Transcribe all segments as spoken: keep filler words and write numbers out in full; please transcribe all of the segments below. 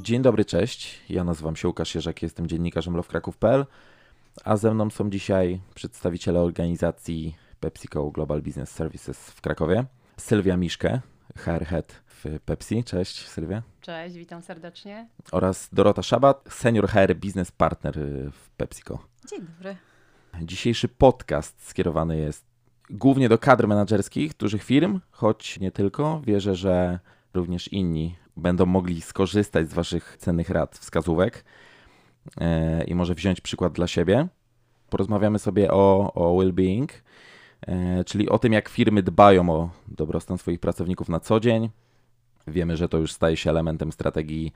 Dzień dobry, cześć. Ja nazywam się Łukasz Jerzek, jestem dziennikarzem lowkraków kropka p l, a ze mną są dzisiaj przedstawiciele organizacji PepsiCo Global Business Services w Krakowie. Sylwia Miszke, H R Head w Pepsi. Cześć Sylwia. Cześć, witam serdecznie. Oraz Dorota Szabat, Senior H R Business Partner w PepsiCo. Dzień dobry. Dzisiejszy podcast skierowany jest głównie do kadr menedżerskich dużych firm, choć nie tylko. Wierzę, że również inni będą mogli skorzystać z waszych cennych rad, wskazówek e, i może wziąć przykład dla siebie. Porozmawiamy sobie o, o well-being, e, czyli o tym, jak firmy dbają o dobrostan swoich pracowników na co dzień. Wiemy, że to już staje się elementem strategii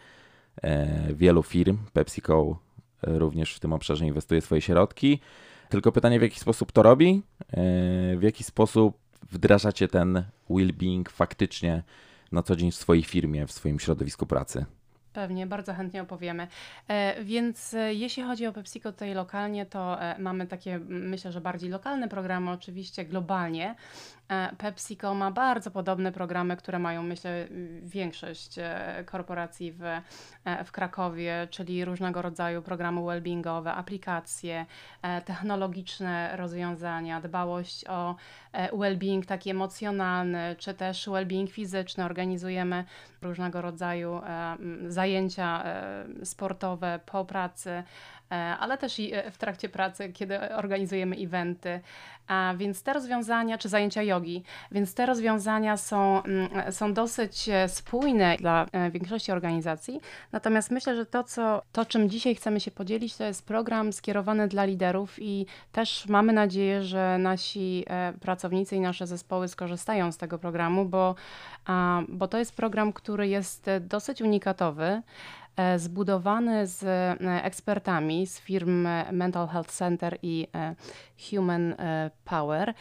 e, wielu firm. PepsiCo również w tym obszarze inwestuje swoje środki. Tylko pytanie, w jaki sposób to robi? E, w jaki sposób wdrażacie ten well-being faktycznie na co dzień w swojej firmie, w swoim środowisku pracy? Pewnie, bardzo chętnie opowiemy. E, więc e, jeśli chodzi o PepsiCo tutaj lokalnie, to e, mamy takie, myślę, że bardziej lokalne programy, oczywiście globalnie. E, PepsiCo ma bardzo podobne programy, które mają, myślę, większość e, korporacji w, e, w Krakowie, czyli różnego rodzaju programy wellbeingowe, aplikacje, e, technologiczne rozwiązania, dbałość o e, wellbeing taki emocjonalny, czy też wellbeing fizyczny. Organizujemy różnego rodzaju e, zajęcia e, sportowe po pracy, e, ale też i w trakcie pracy, kiedy organizujemy eventy. A więc te rozwiązania, czy zajęcia jogi, więc te rozwiązania są, są dosyć spójne dla większości organizacji. Natomiast myślę, że to, co, to, czym dzisiaj chcemy się podzielić, to jest program skierowany dla liderów i też mamy nadzieję, że nasi pracownicy i nasze zespoły skorzystają z tego programu, bo, bo to jest program, który jest dosyć unikatowy, zbudowany z ekspertami z firm Mental Health Center i Human Power.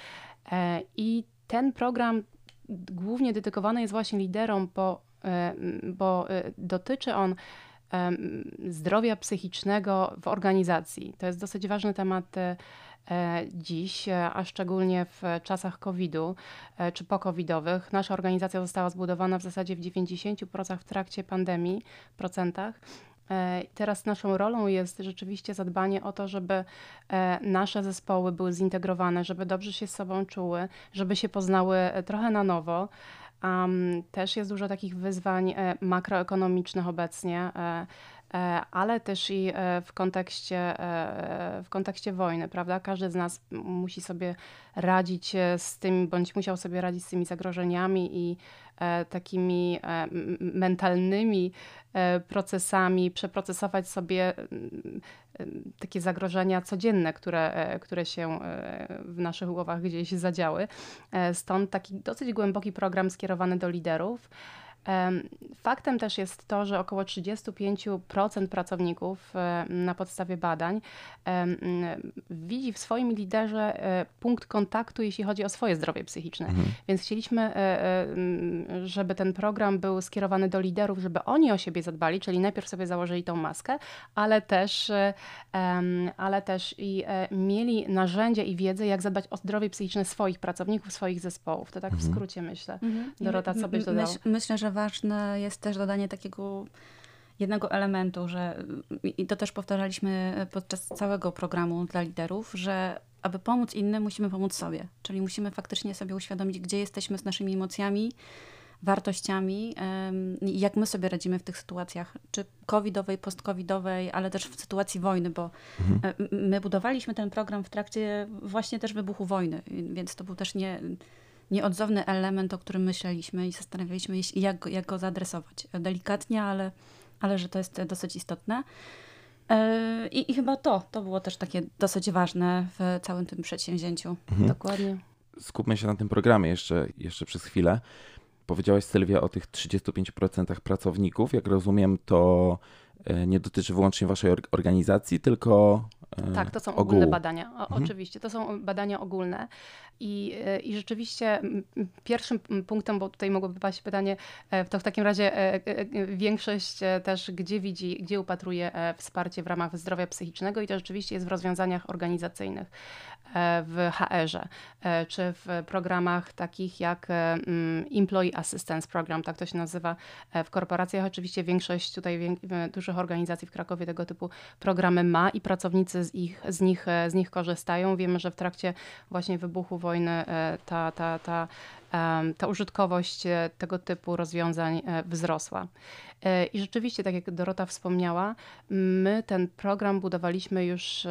I ten program głównie dedykowany jest właśnie liderom, bo, bo dotyczy on zdrowia psychicznego w organizacji. To jest dosyć ważny temat dziś, a szczególnie w czasach kowida czy po-covidowych. Nasza organizacja została zbudowana w zasadzie w dziewięćdziesięciu procentach w trakcie pandemii, procentach. Teraz naszą rolą jest rzeczywiście zadbanie o to, żeby nasze zespoły były zintegrowane, żeby dobrze się z sobą czuły, żeby się poznały trochę na nowo. Um, też jest dużo takich wyzwań makroekonomicznych obecnie, ale też i w kontekście, w kontekście wojny, prawda? Każdy z nas musi sobie radzić z tym, bądź musiał sobie radzić z tymi zagrożeniami i takimi mentalnymi procesami, przeprocesować sobie takie zagrożenia codzienne, które, które się w naszych głowach gdzieś zadziały. Stąd taki dosyć głęboki program skierowany do liderów. Faktem też jest to, że około trzydzieści pięć procent pracowników na podstawie badań widzi w swoim liderze punkt kontaktu, jeśli chodzi o swoje zdrowie psychiczne. Mhm. Więc chcieliśmy, żeby ten program był skierowany do liderów, żeby oni o siebie zadbali, czyli najpierw sobie założyli tą maskę, ale też, ale też i mieli narzędzia i wiedzę, jak zadbać o zdrowie psychiczne swoich pracowników, swoich zespołów. To tak w skrócie myślę. Mhm. Dorota, co byś dodała? Myśl, myślę, że ważne jest też dodanie takiego jednego elementu, że i to też powtarzaliśmy podczas całego programu dla liderów, że aby pomóc innym, musimy pomóc sobie. Czyli musimy faktycznie sobie uświadomić, gdzie jesteśmy z naszymi emocjami, wartościami i jak my sobie radzimy w tych sytuacjach, czy covidowej, post-covidowej, ale też w sytuacji wojny, bo mhm. my budowaliśmy ten program w trakcie właśnie też wybuchu wojny, więc to był też nie... nieodzowny element, o którym myśleliśmy i zastanawialiśmy się, jak, jak go zaadresować. Delikatnie, ale, ale że to jest dosyć istotne. I, I chyba to, to było też takie dosyć ważne w całym tym przedsięwzięciu. Mhm. Dokładnie. Skupmy się na tym programie jeszcze, jeszcze przez chwilę. Powiedziałaś, Sylwia, o tych trzydziestu pięciu procentach pracowników. Jak rozumiem, to nie dotyczy wyłącznie waszej organizacji, tylko Tak, to są ogółu. ogólne badania. O, Mhm. Oczywiście, to są badania ogólne. I, I rzeczywiście m, pierwszym punktem, bo tutaj mogłoby paść pytanie, to w takim razie większość też gdzie widzi, gdzie upatruje wsparcie w ramach zdrowia psychicznego i to rzeczywiście jest w rozwiązaniach organizacyjnych, w H R-ze, czy w programach takich jak Employee Assistance Program, tak to się nazywa w korporacjach. Oczywiście większość tutaj dużych organizacji w Krakowie tego typu programy ma i pracownicy z, ich, z, nich, z nich korzystają. Wiemy, że w trakcie właśnie wybuchu wojny ta, ta, ta, ta użytkowość tego typu rozwiązań wzrosła. I rzeczywiście, tak jak Dorota wspomniała, my ten program budowaliśmy już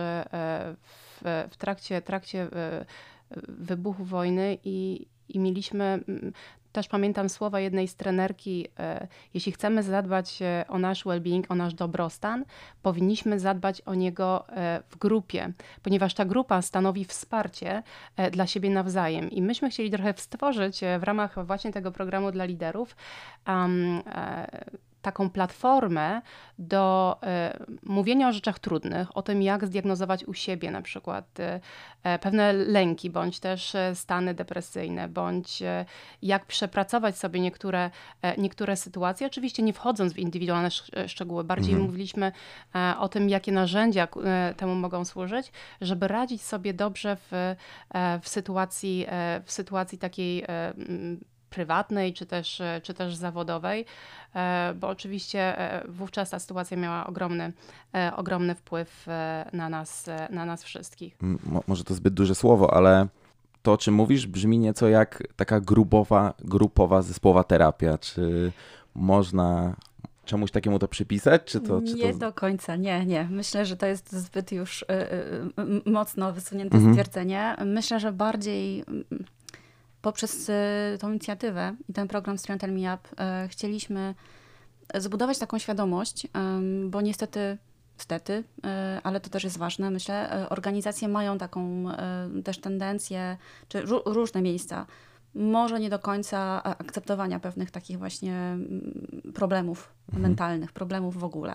w, w trakcie, trakcie wybuchu wojny i, i mieliśmy, też pamiętam słowa jednej z trenerki, jeśli chcemy zadbać o nasz well-being, o nasz dobrostan, powinniśmy zadbać o niego w grupie, ponieważ ta grupa stanowi wsparcie dla siebie nawzajem. I myśmy chcieli trochę stworzyć w ramach właśnie tego programu dla liderów um, taką platformę do y, mówienia o rzeczach trudnych, o tym, jak zdiagnozować u siebie na przykład y, pewne lęki, bądź też stany depresyjne, bądź y, jak przepracować sobie niektóre, y, niektóre sytuacje, oczywiście nie wchodząc w indywidualne sz- szczegóły. Bardziej mhm. mówiliśmy y, o tym, jakie narzędzia y, temu mogą służyć, żeby radzić sobie dobrze w, y, w, sytuacji, y, w sytuacji takiej y, prywatnej, czy też, czy też zawodowej, bo oczywiście wówczas ta sytuacja miała ogromny, ogromny wpływ na nas, na nas wszystkich. Mo- może to zbyt duże słowo, ale to, o czym mówisz, brzmi nieco jak taka grupowa, grupowa zespołowa terapia. Czy można czemuś takiemu to przypisać? Czy to, czy nie to... do końca, nie, nie. Myślę, że to jest zbyt już y, y, mocno wysunięte Mhm. stwierdzenie. Myślę, że bardziej poprzez tą inicjatywę i ten program Strengthen Me Up chcieliśmy zbudować taką świadomość, bo niestety, niestety, ale to też jest ważne, myślę, organizacje mają taką też tendencję, czy różne miejsca, może nie do końca akceptowania pewnych takich właśnie problemów mhm. mentalnych, problemów w ogóle.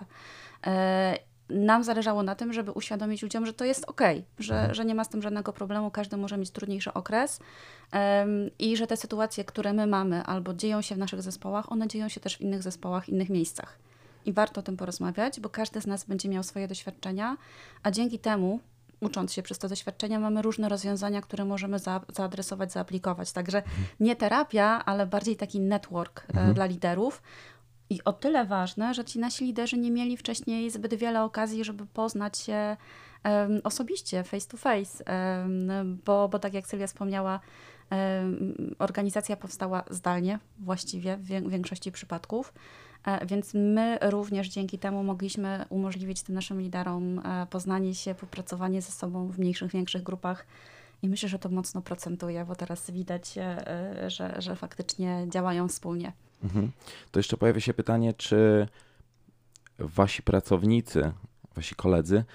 Nam zależało na tym, żeby uświadomić ludziom, że to jest okej, że, że nie ma z tym żadnego problemu, każdy może mieć trudniejszy okres um, i że te sytuacje, które my mamy albo dzieją się w naszych zespołach, one dzieją się też w innych zespołach, innych miejscach. I warto o tym porozmawiać, bo każdy z nas będzie miał swoje doświadczenia, a dzięki temu, ucząc się przez te doświadczenia, mamy różne rozwiązania, które możemy za, zaadresować, zaaplikować. Także nie terapia, ale bardziej taki network mhm. dla liderów. I o tyle ważne, że ci nasi liderzy nie mieli wcześniej zbyt wiele okazji, żeby poznać się um, osobiście, face to face, um, bo, bo tak jak Sylwia wspomniała, um, organizacja powstała zdalnie właściwie w wie- większości przypadków, e, więc my również dzięki temu mogliśmy umożliwić tym naszym liderom e, poznanie się, popracowanie ze sobą w mniejszych, większych grupach. I myślę, że to mocno procentuje, bo teraz widać, e, że, że faktycznie działają wspólnie. Mhm. To jeszcze pojawia się pytanie, czy wasi pracownicy, wasi koledzy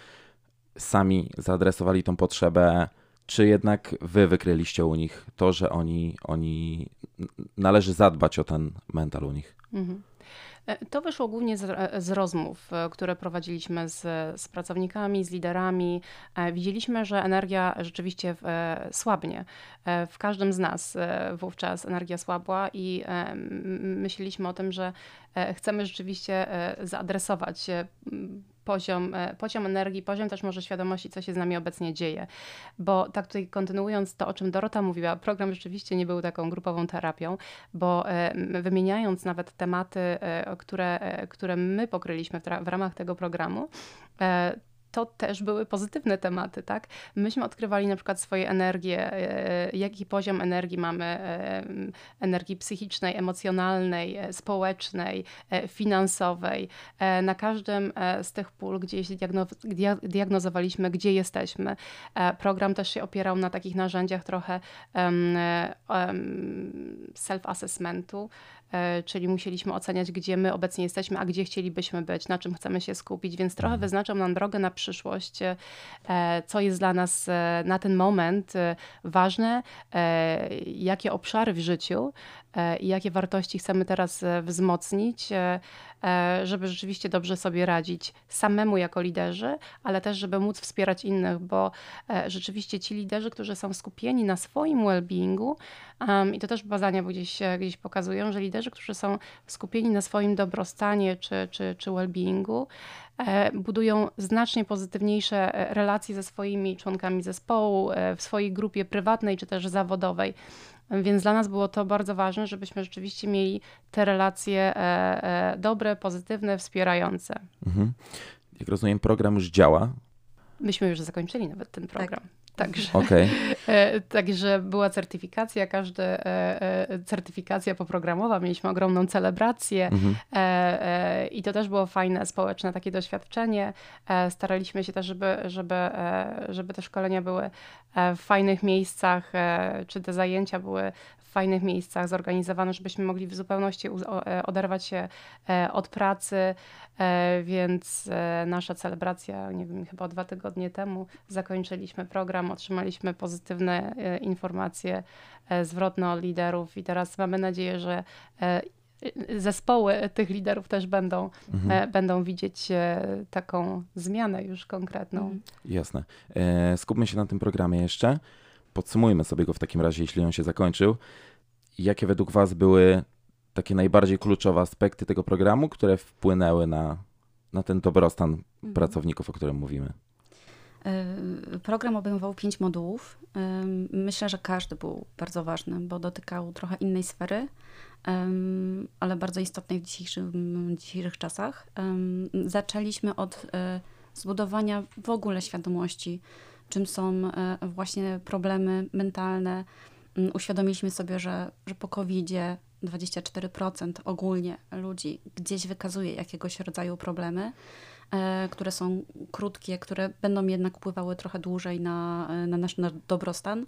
sami zaadresowali tą potrzebę, czy jednak wy wykryliście u nich to, że oni, oni należy zadbać o ten mental u nich? Mhm. To wyszło głównie z, z rozmów, które prowadziliśmy z, z pracownikami, z liderami. Widzieliśmy, że energia rzeczywiście słabnie. W każdym z nas wówczas energia słabła i myśleliśmy o tym, że chcemy rzeczywiście zaadresować poziom, poziom energii, poziom też może świadomości, co się z nami obecnie dzieje. Bo tak tutaj kontynuując to, o czym Dorota mówiła, program rzeczywiście nie był taką grupową terapią, bo wymieniając nawet tematy, które, które my pokryliśmy w, tra- w ramach tego programu, to też były pozytywne tematy, tak? Myśmy odkrywali na przykład swoje energie, jaki poziom energii mamy, energii psychicznej, emocjonalnej, społecznej, finansowej. Na każdym z tych pól gdzieś diagnozowaliśmy, gdzie jesteśmy. Program też się opierał na takich narzędziach trochę self-assessmentu, czyli musieliśmy oceniać, gdzie my obecnie jesteśmy, a gdzie chcielibyśmy być, na czym chcemy się skupić, więc trochę wyznaczał nam drogę przyszłość, co jest dla nas na ten moment ważne, jakie obszary w życiu i jakie wartości chcemy teraz wzmocnić, żeby rzeczywiście dobrze sobie radzić samemu jako liderzy, ale też żeby móc wspierać innych, bo rzeczywiście ci liderzy, którzy są skupieni na swoim well-beingu, um, i to też badania gdzieś, gdzieś pokazują, że liderzy, którzy są skupieni na swoim dobrostanie czy, czy, czy well-beingu, e, budują znacznie pozytywniejsze relacje ze swoimi członkami zespołu, e, w swojej grupie prywatnej czy też zawodowej. Więc dla nas było to bardzo ważne, żebyśmy rzeczywiście mieli te relacje e, e, dobre, pozytywne, wspierające. Mhm. Jak rozumiem, program już działa. Myśmy już zakończyli nawet ten program. Tak. Także, okay. e, także była certyfikacja, każda e, e, certyfikacja poprogramowa, mieliśmy ogromną celebrację mhm. e, e, i to też było fajne, społeczne takie doświadczenie. E, staraliśmy się też, żeby, żeby, e, żeby te szkolenia były w fajnych miejscach, e, czy te zajęcia były w fajnych miejscach zorganizowane, żebyśmy mogli w zupełności oderwać się od pracy, więc nasza celebracja, nie wiem, chyba dwa tygodnie temu zakończyliśmy program, otrzymaliśmy pozytywne informacje zwrotne od liderów i teraz mamy nadzieję, że zespoły tych liderów też będą, mhm. będą widzieć taką zmianę już konkretną. Jasne. Skupmy się na tym programie jeszcze. Podsumujmy sobie go w takim razie, jeśli on się zakończył. Jakie według was były takie najbardziej kluczowe aspekty tego programu, które wpłynęły na, na ten dobrostan mhm. pracowników, o którym mówimy? Program obejmował pięć modułów. Myślę, że każdy był bardzo ważny, bo dotykał trochę innej sfery, ale bardzo istotnej w dzisiejszych, w dzisiejszych czasach. Zaczęliśmy od zbudowania w ogóle świadomości, czym są właśnie problemy mentalne. Uświadomiliśmy sobie, że, że po kowidzie dwadzieścia cztery procent ogólnie ludzi gdzieś wykazuje jakiegoś rodzaju problemy, e, które są krótkie, które będą jednak wpływały trochę dłużej na, na nasz na dobrostan.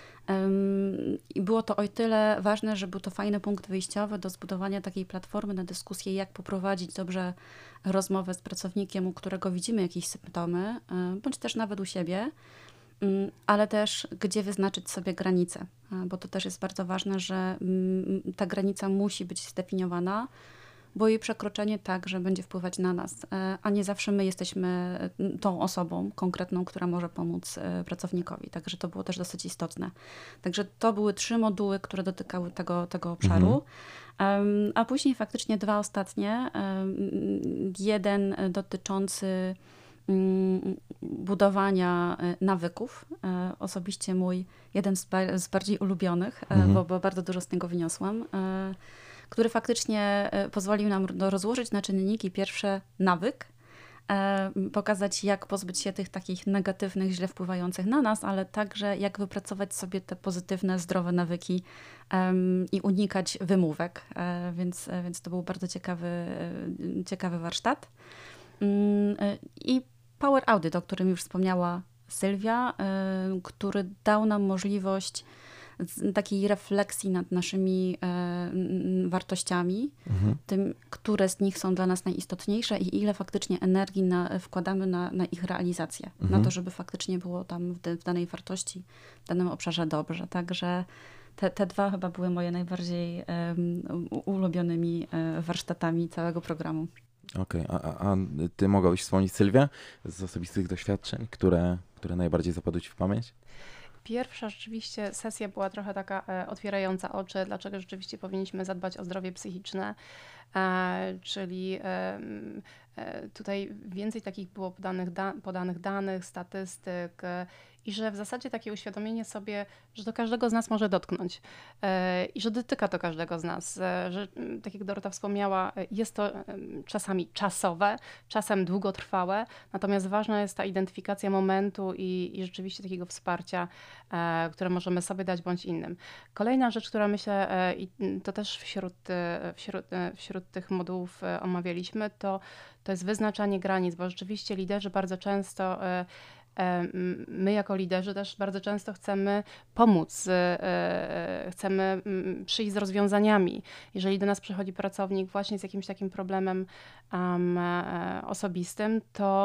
Um, I było to o tyle ważne, że był to fajny punkt wyjściowy do zbudowania takiej platformy na dyskusję, jak poprowadzić dobrze rozmowę z pracownikiem, u którego widzimy jakieś symptomy, e, bądź też nawet u siebie, ale też gdzie wyznaczyć sobie granicę, bo to też jest bardzo ważne, że ta granica musi być zdefiniowana, bo jej przekroczenie także będzie wpływać na nas, a nie zawsze my jesteśmy tą osobą konkretną, która może pomóc pracownikowi. Także to było też dosyć istotne. Także to były trzy moduły, które dotykały tego, tego obszaru. Mhm. A później faktycznie dwa ostatnie. Jeden dotyczący budowania nawyków. Osobiście mój jeden z, ba- z bardziej ulubionych, mhm. bo, bo bardzo dużo z niego wyniosłam, który faktycznie pozwolił nam rozłożyć na czynniki pierwsze nawyk, pokazać, jak pozbyć się tych takich negatywnych, źle wpływających na nas, ale także jak wypracować sobie te pozytywne, zdrowe nawyki i unikać wymówek. Więc, więc to był bardzo ciekawy, ciekawy warsztat. I Power Audit, o którym już wspomniała Sylwia, y, który dał nam możliwość takiej refleksji nad naszymi y, wartościami, mhm. tym, które z nich są dla nas najistotniejsze i ile faktycznie energii na, wkładamy na, na ich realizację, mhm. na to, żeby faktycznie było tam w, de, w danej wartości, w danym obszarze dobrze. Także te, te dwa chyba były moje najbardziej um, ulubionymi um, warsztatami całego programu. Okej, okay. a, a ty mogłabyś wspomnieć, Sylwia, z osobistych doświadczeń, które, które najbardziej zapadły ci w pamięć? Pierwsza rzeczywiście sesja była trochę taka e, otwierająca oczy, dlaczego rzeczywiście powinniśmy zadbać o zdrowie psychiczne, e, czyli e, e, tutaj więcej takich było podanych, da, podanych danych, statystyk e, i że w zasadzie takie uświadomienie sobie, że to każdego z nas może dotknąć e, i że dotyka to każdego z nas, e, że tak jak Dorota wspomniała, jest to e, czasami czasowe, czasem długotrwałe, natomiast ważna jest ta identyfikacja momentu i, i rzeczywiście takiego wsparcia, e, które możemy sobie dać bądź innym. Kolejna rzecz, która myślę, e, i to też wśród, e, wśród, e, wśród tych modułów e, omawialiśmy, to, to jest wyznaczanie granic, bo rzeczywiście liderzy bardzo często e, my jako liderzy też bardzo często chcemy pomóc, chcemy przyjść z rozwiązaniami. Jeżeli do nas przychodzi pracownik właśnie z jakimś takim problemem um, osobistym, to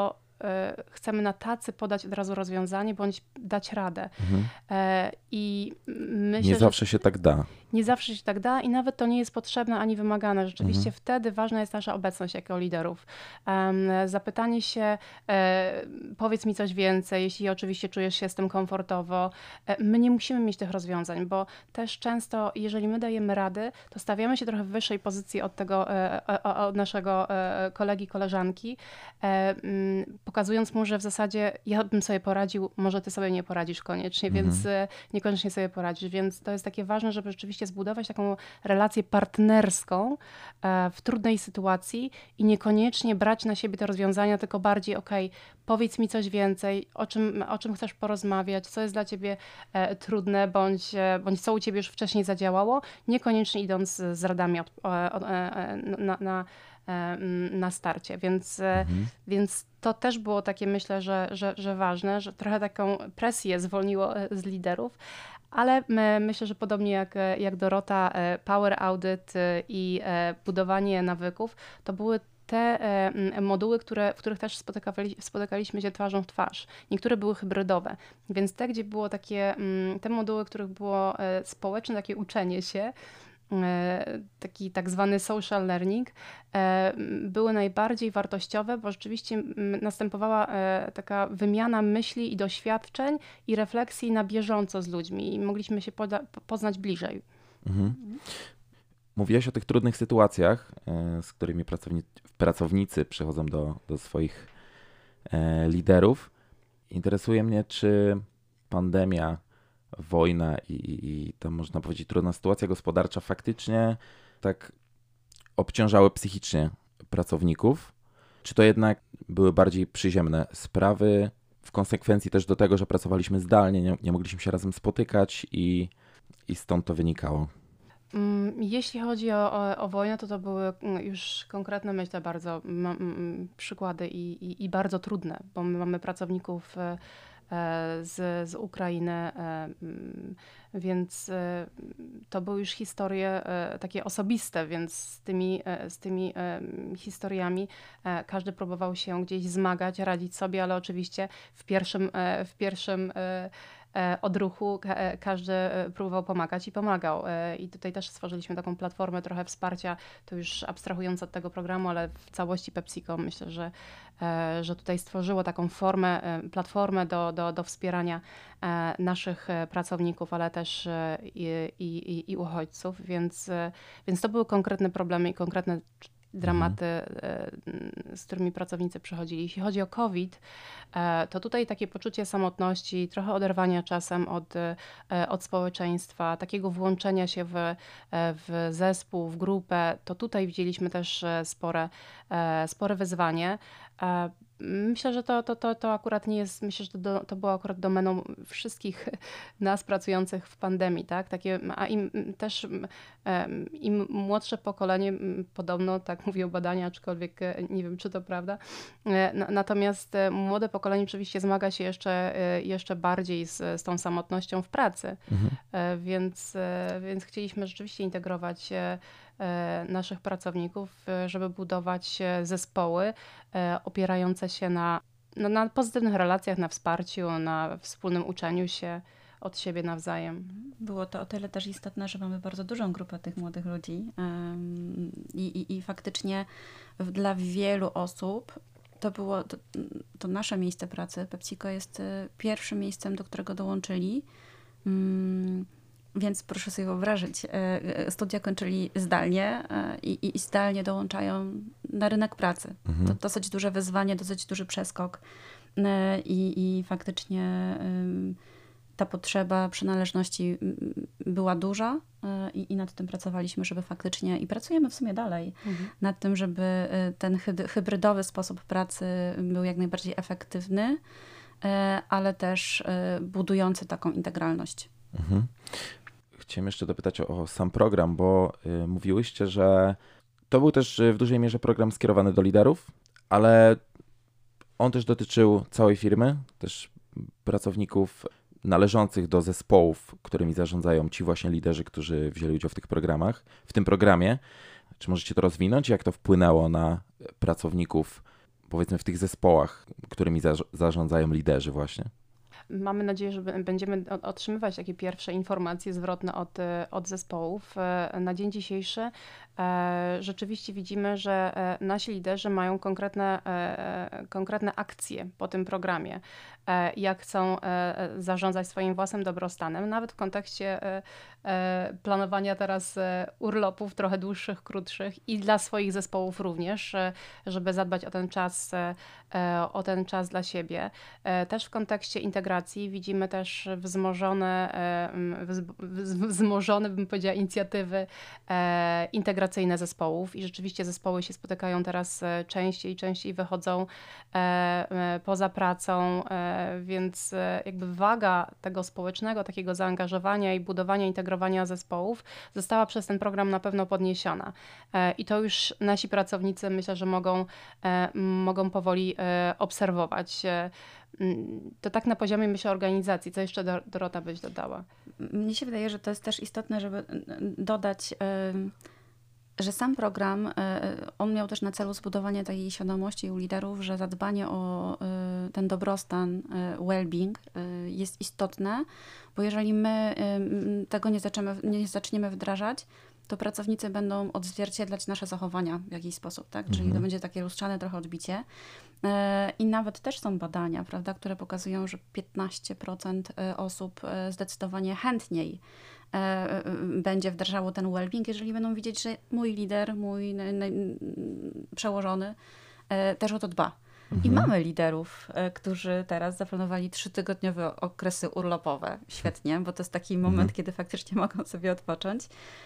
e, chcemy na tacy podać od razu rozwiązanie, bądź dać radę. Mhm. E, I myślę, Nie zawsze że się tak da. nie zawsze się tak da i nawet to nie jest potrzebne ani wymagane. Rzeczywiście Mhm. wtedy ważna jest nasza obecność jako liderów. Um, zapytanie się, e, powiedz mi coś więcej, jeśli oczywiście czujesz się z tym komfortowo. E, my nie musimy mieć tych rozwiązań, bo też często, jeżeli my dajemy rady, to stawiamy się trochę w wyższej pozycji od tego, e, e, od naszego e, kolegi, koleżanki, e, m, pokazując mu, że w zasadzie ja bym sobie poradził, może ty sobie nie poradzisz koniecznie, Mhm. więc e, niekoniecznie sobie poradzisz. Więc to jest takie ważne, żeby rzeczywiście zbudować taką relację partnerską e, w trudnej sytuacji i niekoniecznie brać na siebie te rozwiązania, tylko bardziej okej, powiedz mi coś więcej, o czym, o czym chcesz porozmawiać, co jest dla ciebie e, trudne, bądź, e, bądź co u ciebie już wcześniej zadziałało, niekoniecznie idąc z radami od, e, od, e, na, na, e, na starcie. Więc, e, Mhm. więc to też było takie, myślę, że, że, że ważne, że trochę taką presję zwolniło e, z liderów. Ale my, myślę, że podobnie jak, jak Dorota, e, Power Audit e, i e, budowanie nawyków, to były te e, moduły, które, w których też spotykali, spotykaliśmy się twarzą w twarz. Niektóre były hybrydowe, więc te, gdzie było takie, m, te moduły, w których było e, społeczne takie uczenie się, e, taki tak zwany social learning, e, były najbardziej wartościowe, bo rzeczywiście m, następowała e, taka wymiana myśli i doświadczeń i refleksji na bieżąco z ludźmi i mogliśmy się poda- poznać bliżej. Mhm. Mówiłaś o tych trudnych sytuacjach, e, z którymi pracowni- pracownicy przychodzą do, do swoich e, liderów. Interesuje mnie, czy pandemia, wojna i, i, i ta, można powiedzieć, trudna sytuacja gospodarcza faktycznie tak obciążały psychicznie pracowników, czy to jednak były bardziej przyziemne sprawy, w konsekwencji też do tego, że pracowaliśmy zdalnie, nie, nie mogliśmy się razem spotykać i, i stąd to wynikało. Jeśli chodzi o, o, o wojnę, to to były już konkretne, myślę, bardzo m, m, przykłady i, i, i bardzo trudne, bo my mamy pracowników e, z, z Ukrainy, e, m, więc e, to były już historie e, takie osobiste, więc z tymi, e, z tymi e, historiami e, każdy próbował się gdzieś zmagać, radzić sobie, ale oczywiście w pierwszym, e, w pierwszym e, odruchu ka- każdy próbował pomagać i pomagał. I tutaj też stworzyliśmy taką platformę trochę wsparcia, to już abstrahując od tego programu, ale w całości PepsiCo myślę, że, że tutaj stworzyło taką formę, platformę do, do, do wspierania naszych pracowników, ale też i, i, i uchodźców, więc, więc to były konkretne problemy i konkretne dramaty, z którymi pracownicy przychodzili. Jeśli chodzi o COVID, to tutaj takie poczucie samotności, trochę oderwania czasem od, od społeczeństwa, takiego włączenia się w, w zespół, w grupę, to tutaj widzieliśmy też spore, spore wyzwanie. Myślę, że to, to, to, to akurat nie jest, myślę, że to, do, to było akurat domeną wszystkich nas pracujących w pandemii, tak? Takie, a im też im młodsze pokolenie, podobno tak mówią badania, aczkolwiek nie wiem, czy to prawda. Natomiast młode pokolenie oczywiście zmaga się jeszcze, jeszcze bardziej z, z tą samotnością w pracy, mhm. więc, więc chcieliśmy rzeczywiście integrować naszych pracowników, żeby budować zespoły opierające się na, no, na pozytywnych relacjach, na wsparciu, na wspólnym uczeniu się od siebie nawzajem. Było to o tyle też istotne, że mamy bardzo dużą grupę tych młodych ludzi i, i, i faktycznie dla wielu osób to było, to, to nasze miejsce pracy, PepsiCo jest pierwszym miejscem, do którego dołączyli. Więc proszę sobie wyobrazić, studia kończyli zdalnie i, i zdalnie dołączają na rynek pracy. Mhm. To dosyć duże wyzwanie, dosyć duży przeskok i, i faktycznie ta potrzeba przynależności była duża i, i nad tym pracowaliśmy, żeby faktycznie, i pracujemy w sumie dalej, mhm. nad tym, żeby ten hybrydowy sposób pracy był jak najbardziej efektywny, ale też budujący taką integralność. Mhm. Chciałem jeszcze dopytać o, o sam program, bo y, mówiłyście, że to był też w dużej mierze program skierowany do liderów, ale on też dotyczył całej firmy, też pracowników należących do zespołów, którymi zarządzają ci właśnie liderzy, którzy wzięli udział w tych programach, w tym programie. Czy możecie to rozwinąć? Jak to wpłynęło na pracowników powiedzmy w tych zespołach, którymi za- zarządzają liderzy właśnie? Mamy nadzieję, że będziemy otrzymywać takie pierwsze informacje zwrotne od, od zespołów. Na dzień dzisiejszy rzeczywiście widzimy, że nasi liderzy mają konkretne, konkretne akcje po tym programie, jak chcą zarządzać swoim własnym dobrostanem, nawet w kontekście planowania teraz urlopów trochę dłuższych, krótszych i dla swoich zespołów również, żeby zadbać o ten czas, o ten czas dla siebie. Też w kontekście integracji widzimy też wzmożone, wzmożone bym powiedziała, inicjatywy integracyjne zespołów i rzeczywiście zespoły się spotykają teraz częściej i częściej wychodzą poza pracą, więc jakby waga tego społecznego, takiego zaangażowania i budowania, integrowania zespołów została przez ten program na pewno podniesiona. I to już nasi pracownicy myślę, że mogą, mogą powoli obserwować. To tak na poziomie, myślę, organizacji. Co jeszcze Dorota byś dodała? Mnie się wydaje, że to jest też istotne, żeby dodać, że sam program, on miał też na celu zbudowanie takiej świadomości u liderów, że zadbanie o ten dobrostan, well-being jest istotne, bo jeżeli my tego nie zaczniemy, nie zaczniemy wdrażać, to pracownicy będą odzwierciedlać nasze zachowania w jakiś sposób, tak? Czyli Mhm. to będzie takie lustrzane trochę odbicie. I nawet też są badania, prawda, które pokazują, że piętnaście procent osób zdecydowanie chętniej będzie wdrażało ten well-being, jeżeli będą widzieć, że mój lider, mój przełożony też o to dba. I Mhm. mamy liderów, którzy teraz zaplanowali trzytygodniowe okresy urlopowe. Świetnie, bo to jest taki moment, Mhm. kiedy faktycznie mogą sobie odpocząć.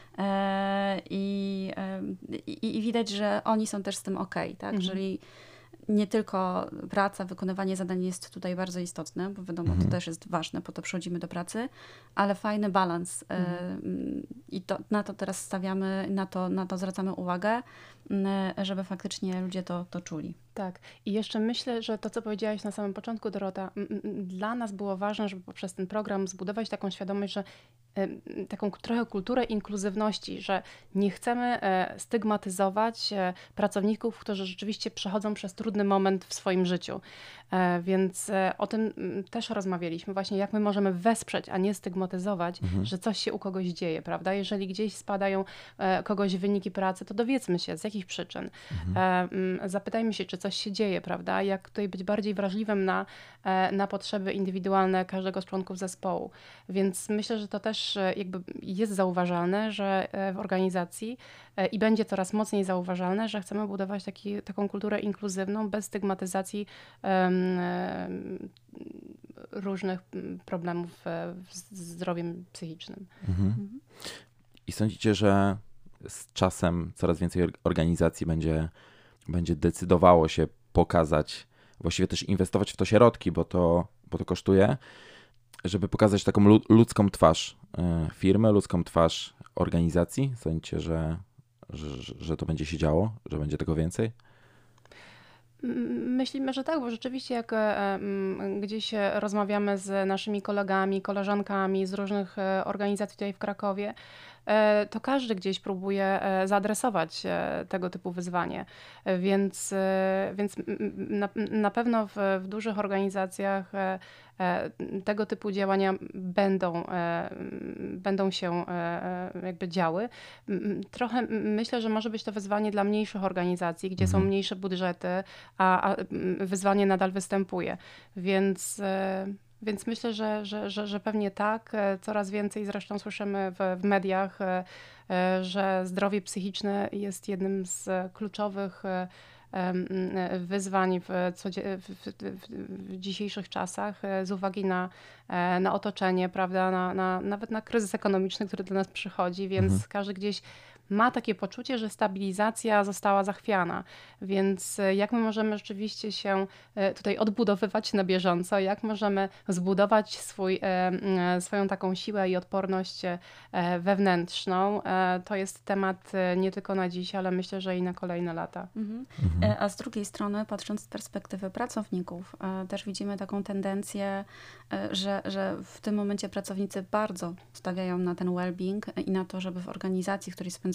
I, i, i widać, że oni są też z tym okej, tak? Mhm. Czyli nie tylko praca, wykonywanie zadań jest tutaj bardzo istotne, bo wiadomo, Mhm. to też jest ważne, po to przychodzimy do pracy, ale fajny balans. Mhm. I to, na to teraz stawiamy, na to, na to zwracamy uwagę, żeby faktycznie ludzie to, to czuli. Tak. I jeszcze myślę, że to, co powiedziałaś na samym początku, Dorota, dla nas było ważne, żeby poprzez ten program zbudować taką świadomość, że taką trochę kulturę inkluzywności, że nie chcemy stygmatyzować pracowników, którzy rzeczywiście przechodzą przez trudny moment w swoim życiu. Więc o tym też rozmawialiśmy właśnie, jak my możemy wesprzeć, a nie stygmatyzować, Mhm. że coś się u kogoś dzieje, prawda? Jeżeli gdzieś spadają kogoś wyniki pracy, to dowiedzmy się, z jakich przyczyn. Mhm. Zapytajmy się, czy coś się dzieje, prawda? Jak tutaj być bardziej wrażliwym na, na potrzeby indywidualne każdego z członków zespołu. Więc myślę, że to też jakby jest zauważalne, że w organizacji i będzie coraz mocniej zauważalne, że chcemy budować taki, taką kulturę inkluzywną, bez stygmatyzacji um, różnych problemów z zdrowiem psychicznym. Mhm. Mhm. I sądzicie, że z czasem coraz więcej or- organizacji będzie, będzie decydowało się pokazać, właściwie też inwestować w to środki, bo to, bo to kosztuje, żeby pokazać taką lu- ludzką twarz y, firmy, ludzką twarz organizacji? Sądzicie, że, że, że to będzie się działo, że będzie tego więcej? Myślimy, że tak, bo rzeczywiście jak gdzieś rozmawiamy z naszymi kolegami, koleżankami z różnych organizacji tutaj w Krakowie, to każdy gdzieś próbuje zaadresować tego typu wyzwanie. Więc, więc na, na pewno w, w dużych organizacjach tego typu działania będą, będą się jakby działy. Trochę myślę, że może być to wyzwanie dla mniejszych organizacji, gdzie Mhm. są mniejsze budżety, a, a wyzwanie nadal występuje. Więc, więc myślę, że, że, że, że pewnie tak. Coraz więcej zresztą słyszymy w, w mediach, że zdrowie psychiczne jest jednym z kluczowych wyzwań w, codzie- w, w, w dzisiejszych czasach z uwagi na, na otoczenie, prawda, na, na, nawet na kryzys ekonomiczny, który do nas przychodzi, więc Mhm. każdy gdzieś ma takie poczucie, że stabilizacja została zachwiana. Więc jak my możemy rzeczywiście się tutaj odbudowywać na bieżąco, jak możemy zbudować swój, swoją taką siłę i odporność wewnętrzną, to jest temat nie tylko na dziś, ale myślę, że i na kolejne lata. Mhm. Mhm. A z drugiej strony, patrząc z perspektywy pracowników, też widzimy taką tendencję, że, że w tym momencie pracownicy bardzo stawiają na ten well-being i na to, żeby w organizacji, w której spędzają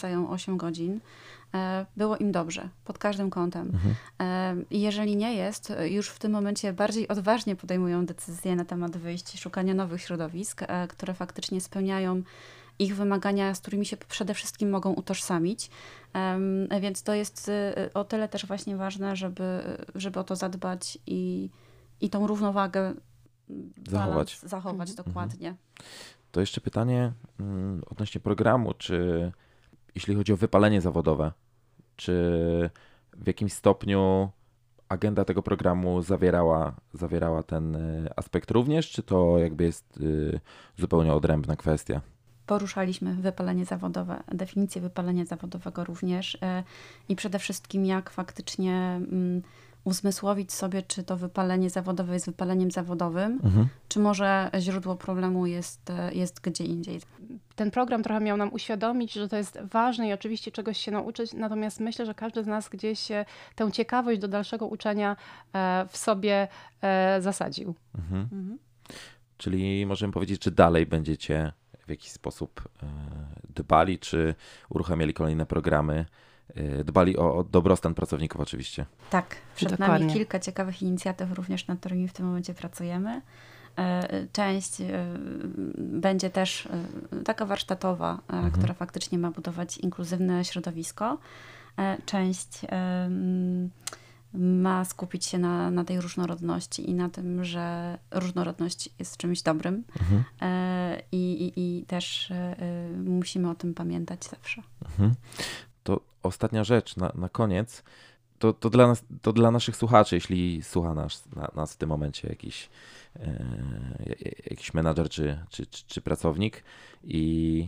spędzają osiem godzin, było im dobrze, pod każdym kątem. Mhm. I jeżeli nie jest, już w tym momencie bardziej odważnie podejmują decyzje na temat wyjść i szukania nowych środowisk, które faktycznie spełniają ich wymagania, z którymi się przede wszystkim mogą utożsamić. Więc to jest o tyle też właśnie ważne, żeby, żeby o to zadbać i, i tą równowagę Zachować. balans zachować Mhm. dokładnie. To jeszcze pytanie mm, odnośnie programu, czy jeśli chodzi o wypalenie zawodowe, czy w jakimś stopniu agenda tego programu zawierała, zawierała ten y, aspekt również, czy to jakby jest y, zupełnie odrębna kwestia? Poruszaliśmy wypalenie zawodowe, definicję wypalenia zawodowego również e, i przede wszystkim jak faktycznie mm, uzmysłowić sobie, czy to wypalenie zawodowe jest wypaleniem zawodowym, Mhm. czy może źródło problemu jest, e, jest gdzie indziej. Ten program trochę miał nam uświadomić, że to jest ważne i oczywiście czegoś się nauczyć, natomiast myślę, że każdy z nas gdzieś e, tę ciekawość do dalszego uczenia e, w sobie e, zasadził. Mhm. Mhm. Czyli możemy powiedzieć, czy dalej będziecie w jakiś sposób e, dbali, czy uruchamiali kolejne programy, e, dbali o, o dobrostan pracowników oczywiście. Tak, przed Dokładnie. nami kilka ciekawych inicjatyw również, nad którymi w tym momencie pracujemy. E, Część e, będzie też e, taka warsztatowa, e, Mhm. która faktycznie ma budować inkluzywne środowisko. E, Część e, m, ma skupić się na, na tej różnorodności i na tym, że różnorodność jest czymś dobrym. Mhm. E, I, i, i też e, e, musimy o tym pamiętać zawsze. Mhm. To ostatnia rzecz na, na koniec. To, to, dla nas, to dla naszych słuchaczy, jeśli słucha nas, na, nas w tym momencie jakiś, e, jakiś menadżer czy, czy, czy, czy pracownik i,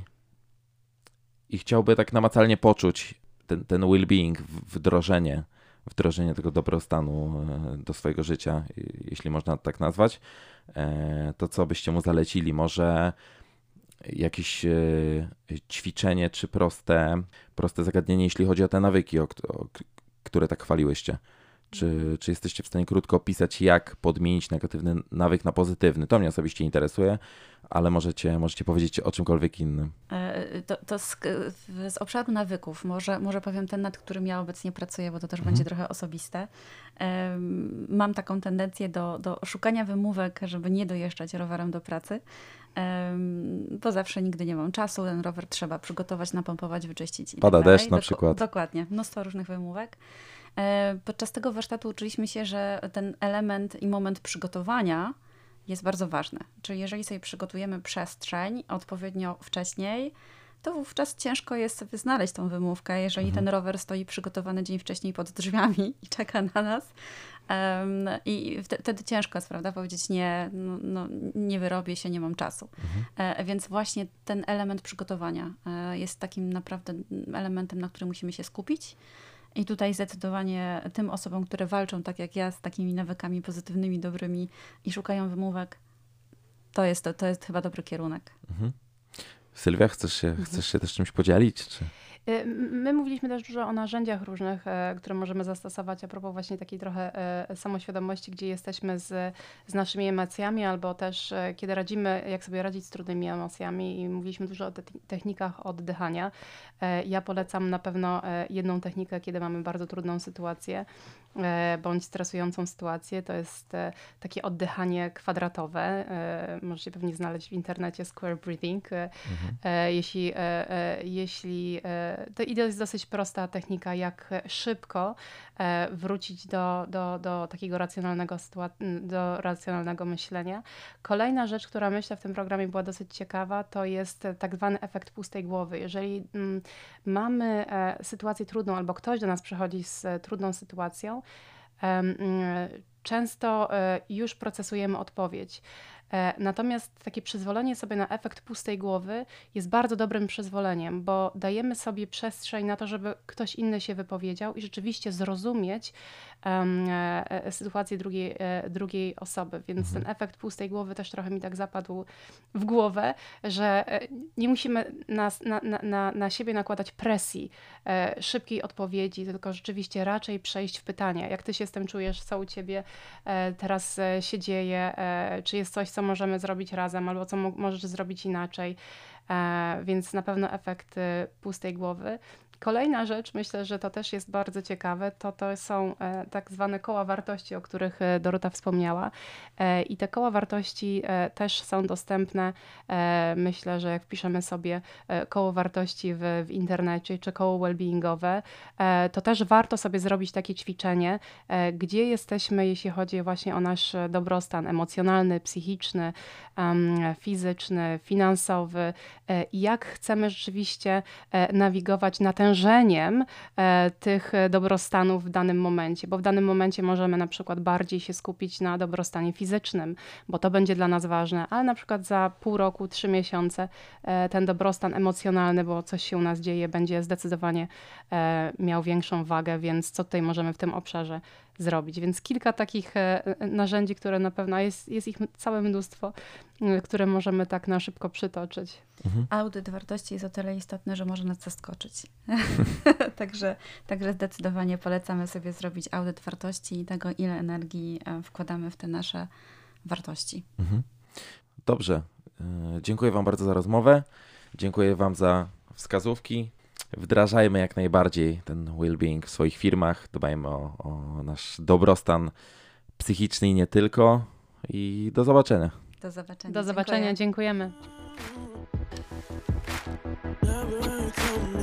i chciałby tak namacalnie poczuć ten, ten well-being, w- wdrożenie, wdrożenie tego dobrostanu e, do swojego życia, i- jeśli można tak nazwać, e, to co byście mu zalecili? Może jakieś e, ćwiczenie czy proste, proste zagadnienie, jeśli chodzi o te nawyki, o, kt- o, k- które tak chwaliłyście. Czy, czy jesteście w stanie krótko opisać, jak podmienić negatywny nawyk na pozytywny? To mnie osobiście interesuje, ale możecie, możecie powiedzieć o czymkolwiek innym. E, To, to z, z obszaru nawyków, może, może powiem ten, nad którym ja obecnie pracuję, bo to też Mhm. będzie trochę osobiste. Em, Mam taką tendencję do, do szukania wymówek, żeby nie dojeżdżać rowerem do pracy, Em, bo zawsze nigdy nie mam czasu, ten rower trzeba przygotować, napompować, wyczyścić i Pada tak dalej. deszcz na Doko- przykład. Dokładnie, mnóstwo różnych wymówek. E, Podczas tego warsztatu uczyliśmy się, że ten element i moment przygotowania jest bardzo ważny. Czyli jeżeli sobie przygotujemy przestrzeń odpowiednio wcześniej, to wówczas ciężko jest sobie znaleźć tą wymówkę, jeżeli Mhm. ten rower stoi przygotowany dzień wcześniej pod drzwiami i czeka na nas. Em, I wte- wtedy ciężko jest, prawda, powiedzieć nie, no, no, nie wyrobię się, nie mam czasu. Mhm. E, Więc właśnie ten element przygotowania e, jest takim naprawdę elementem, na którym musimy się skupić. I tutaj zdecydowanie tym osobom, które walczą tak jak ja z takimi nawykami pozytywnymi, dobrymi i szukają wymówek, to jest, to, to jest chyba dobry kierunek. Mhm. Sylwia, chcesz się, chcesz się też czymś podzielić? Czy? Y, My mówiliśmy też dużo o narzędziach różnych, e, które możemy zastosować a propos właśnie takiej trochę e, samoświadomości, gdzie jesteśmy z, z naszymi emocjami, albo też e, kiedy radzimy, jak sobie radzić z trudnymi emocjami i mówiliśmy dużo o te technikach oddychania. E, Ja polecam na pewno e, jedną technikę, kiedy mamy bardzo trudną sytuację e, bądź stresującą sytuację. To jest e, takie oddychanie kwadratowe. E, Możecie pewnie znaleźć w internecie square breathing. E, Mhm. E, Jeśli, e, e, jeśli e, to i to jest dosyć prosta technika, jak szybko e, wrócić do, do, do takiego racjonalnego, sytua- do racjonalnego myślenia. Kolejna rzecz, która myślę w tym programie była dosyć ciekawa, to jest tak zwany efekt pustej głowy. Jeżeli mm, mamy e, sytuację trudną albo ktoś do nas przychodzi z e, trudną sytuacją, em, mm, często e, już procesujemy odpowiedź. E, Natomiast takie przyzwolenie sobie na efekt pustej głowy jest bardzo dobrym przyzwoleniem, bo dajemy sobie przestrzeń na to, żeby ktoś inny się wypowiedział i rzeczywiście zrozumieć em, e, e, sytuację drugiej, e, drugiej osoby. Więc Mhm. ten efekt pustej głowy też trochę mi tak zapadł w głowę, że e, nie musimy nas, na, na, na, na siebie nakładać presji e, szybkiej odpowiedzi, tylko rzeczywiście raczej przejść w pytania. Jak ty się z tym czujesz, co u ciebie, e, teraz e, się dzieje, e, czy jest coś, co możemy zrobić razem, albo co mo- możesz zrobić inaczej, e, więc na pewno efekt e, pustej głowy. Kolejna rzecz, myślę, że to też jest bardzo ciekawe, to to są e, tak zwane koła wartości, o których e, Dorota wspomniała. E, I te koła wartości e, też są dostępne. E, myślę, że jak wpiszemy sobie e, koło wartości w, w internecie, czy koło well-beingowe, e, to też warto sobie zrobić takie ćwiczenie, e, gdzie jesteśmy, jeśli chodzi właśnie o nasz dobrostan emocjonalny, psychiczny, em, fizyczny, finansowy e, i jak chcemy rzeczywiście e, nawigować natężeniem e, tych dobrostanów w danym momencie, bo w danym momencie możemy na przykład bardziej się skupić na dobrostanie fizycznym, bo to będzie dla nas ważne, ale na przykład za pół roku, trzy miesiące e, ten dobrostan emocjonalny, bo coś się u nas dzieje, będzie zdecydowanie e, miał większą wagę, więc co tutaj możemy w tym obszarze zrobić. Więc kilka takich e, narzędzi, które na pewno jest, jest ich całe mnóstwo, e, które możemy tak na szybko przytoczyć. Mhm. Audyt wartości jest o tyle istotny, że może nas zaskoczyć. także, także zdecydowanie polecamy sobie zrobić audyt wartości i tego, ile energii e, wkładamy w te nasze wartości. Mhm. Dobrze. E, Dziękuję Wam bardzo za rozmowę. Dziękuję Wam za wskazówki. Wdrażajmy jak najbardziej ten well-being w swoich firmach. Dbajmy o, o nasz dobrostan psychiczny i nie tylko. I do zobaczenia. Do zobaczenia. Do zobaczenia, Dziękuję. dziękujemy. Never told me